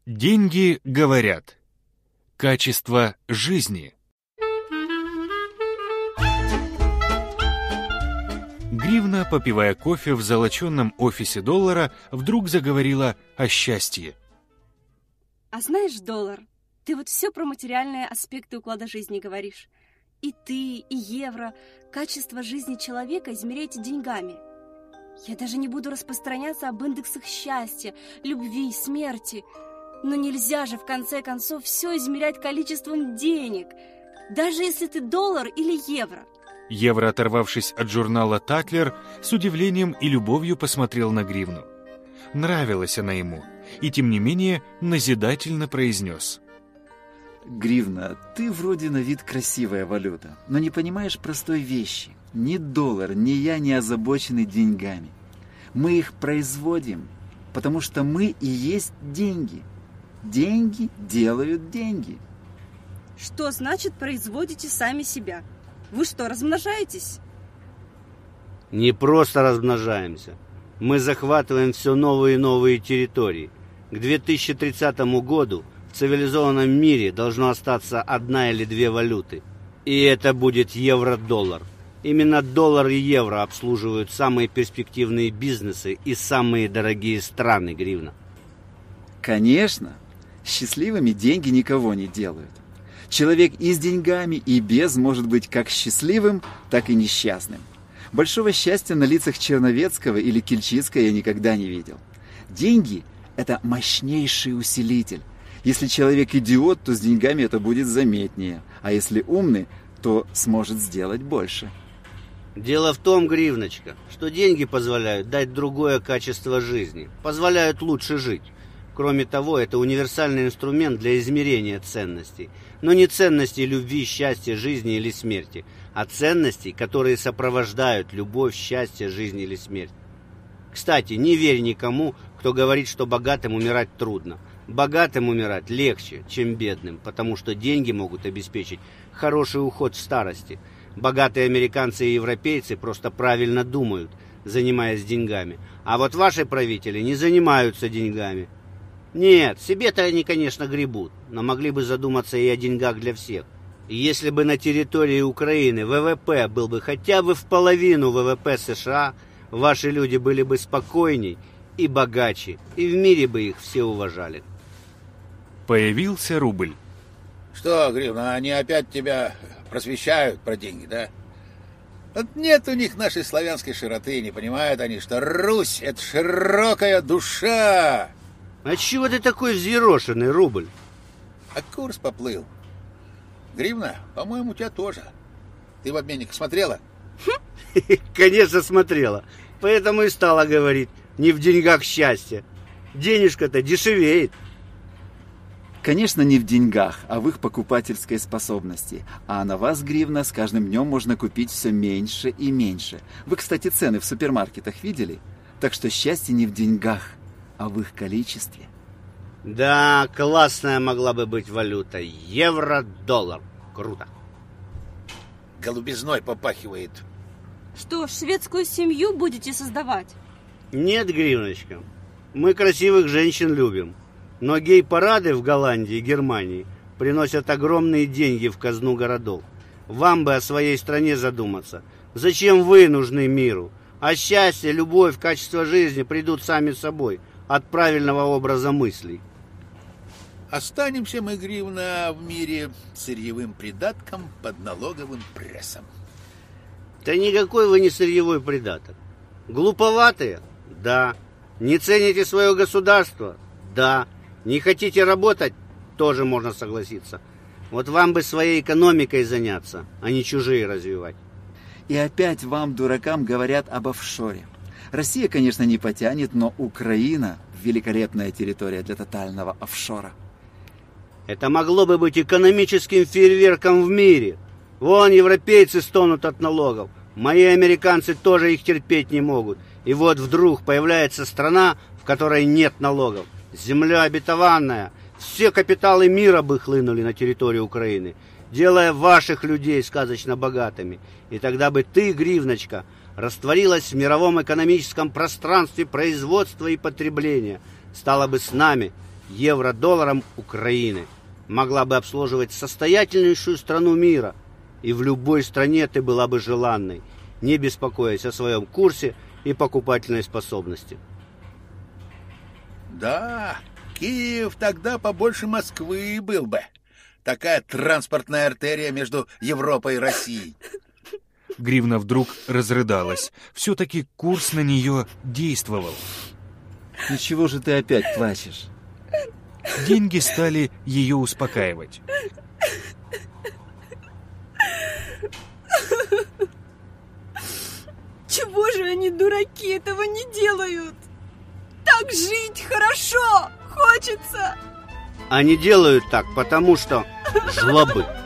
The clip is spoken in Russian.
Деньги говорят. Качество жизни. Гривна, попивая кофе в золоченном офисе доллара, вдруг заговорила о счастье. А знаешь, доллар, ты вот все про материальные аспекты уклада жизни говоришь. И ты, и евро, качество жизни человека измеряете деньгами. Я даже не буду распространяться об индексах счастья, любви, смерти. Но нельзя же, в конце концов, все измерять количеством денег, даже если ты доллар или евро. Евро, оторвавшись от журнала «Татлер», с удивлением и любовью посмотрел на гривну. Нравилась она ему, и тем не менее назидательно произнес. Гривна, ты вроде на вид красивая валюта, но не понимаешь простой вещи. Ни доллар, ни я не озабочены деньгами. Мы их производим, потому что мы и есть деньги. Деньги делают деньги. Что значит производите сами себя? Вы что, размножаетесь? Не просто размножаемся. Мы захватываем все новые и новые территории. К 2030 году в цивилизованном мире должно остаться одна или две валюты. И это будет евро-доллар. Именно доллар и евро обслуживают самые перспективные бизнесы и самые дорогие страны, Гривна. Конечно, счастливыми деньги никого не делают. Человек и с деньгами, и без может быть как счастливым, так и несчастным. Большого счастья на лицах Черновецкого или Кильчицкого я никогда не видел. Деньги – это мощнейший усилитель. Если человек идиот, то с деньгами это будет заметнее, а если умный, то сможет сделать больше. Дело в том, Гривночка, что деньги позволяют дать другое качество жизни, позволяют лучше жить. Кроме того, это универсальный инструмент для измерения ценностей. Но не ценностей любви, счастья, жизни или смерти, а ценностей, которые сопровождают любовь, счастье, жизнь или смерть. Кстати, не верь никому, кто говорит, что богатым умирать трудно. Богатым умирать легче, чем бедным, потому что деньги могут обеспечить хороший уход в старости. Богатые американцы и европейцы просто правильно думают, занимаясь деньгами. А вот ваши правители не занимаются деньгами. Нет, себе-то они, конечно, гребут, но могли бы задуматься и о деньгах для всех. И если бы на территории Украины ВВП был бы хотя бы в половину ВВП США, ваши люди были бы спокойней и богаче, и в мире бы их все уважали. Появился рубль. Что, Гривна, они опять тебя просвещают про деньги, да? Вот нет у них нашей славянской широты, не понимают они, что Русь — это широкая душа. А чего ты такой взъерошенный, рубль? А курс поплыл. Гривна, по-моему, у тебя тоже. Ты в обменник смотрела? Конечно, смотрела. Поэтому и стала говорить, не в деньгах счастье. Денежка-то дешевеет. Конечно, не в деньгах, а в их покупательской способности. А на вас, Гривна, с каждым днем можно купить все меньше и меньше. Вы, кстати, цены в супермаркетах видели? Так что счастье не в деньгах, а в их количестве. Да, классная могла бы быть валюта. Евро-доллар. Круто. Голубизной попахивает. Что, шведскую семью будете создавать? Нет, Гривночка, мы красивых женщин любим. Но гей-парады в Голландии и Германии приносят огромные деньги в казну городов. Вам бы о своей стране задуматься. Зачем вы нужны миру? А счастье, любовь, качество жизни придут сами собой от правильного образа мыслей. Останемся мы, Гривна, в мире сырьевым придатком под налоговым прессом. Да никакой вы не сырьевой придаток. Глуповатые? Да. Не цените свое государство? Да. Не хотите работать? Тоже можно согласиться. Вот вам бы своей экономикой заняться, а не чужие развивать. И опять вам, дуракам, говорят об офшоре. Россия, конечно, не потянет, но Украина – великолепная территория для тотального офшора. Это могло бы быть экономическим фейерверком в мире. Вон европейцы стонут от налогов. Мои американцы тоже их терпеть не могут. И вот вдруг появляется страна, в которой нет налогов. Земля обетованная. Все капиталы мира бы хлынули на территорию Украины, делая ваших людей сказочно богатыми. И тогда бы ты, Гривночка, растворилась в мировом экономическом пространстве производства и потребления, стала бы с нами, евро-долларом Украины, могла бы обслуживать состоятельнейшую страну мира, и в любой стране ты была бы желанной, не беспокоясь о своем курсе и покупательной способности. Да, Киев тогда побольше Москвы был бы. Такая транспортная артерия между Европой и Россией. Гривна вдруг разрыдалась. Все-таки курс на нее действовал. Ну чего же ты опять плачешь? Деньги стали ее успокаивать. Чего же они, дураки, этого не делают? Так жить хорошо хочется. Они делают так, потому что жлобы.